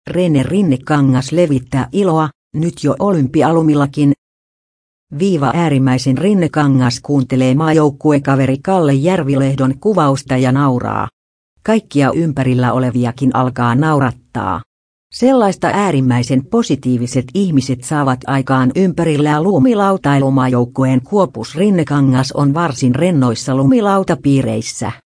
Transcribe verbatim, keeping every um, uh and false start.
Rene Rinnekangas levittää iloa, nyt jo olympialumillakin. Viiva äärimmäisen Rinnekangas kuuntelee maajoukkuekaveri Kalle Järvilehdon kuvausta ja nauraa. Kaikkia ympärillä oleviakin alkaa naurattaa. Sellaista äärimmäisen positiiviset ihmiset saavat aikaan ympärillä lumilautailumaajoukkueen Kuopus Rinnekangas on varsin rennoissa lumilautapiireissä.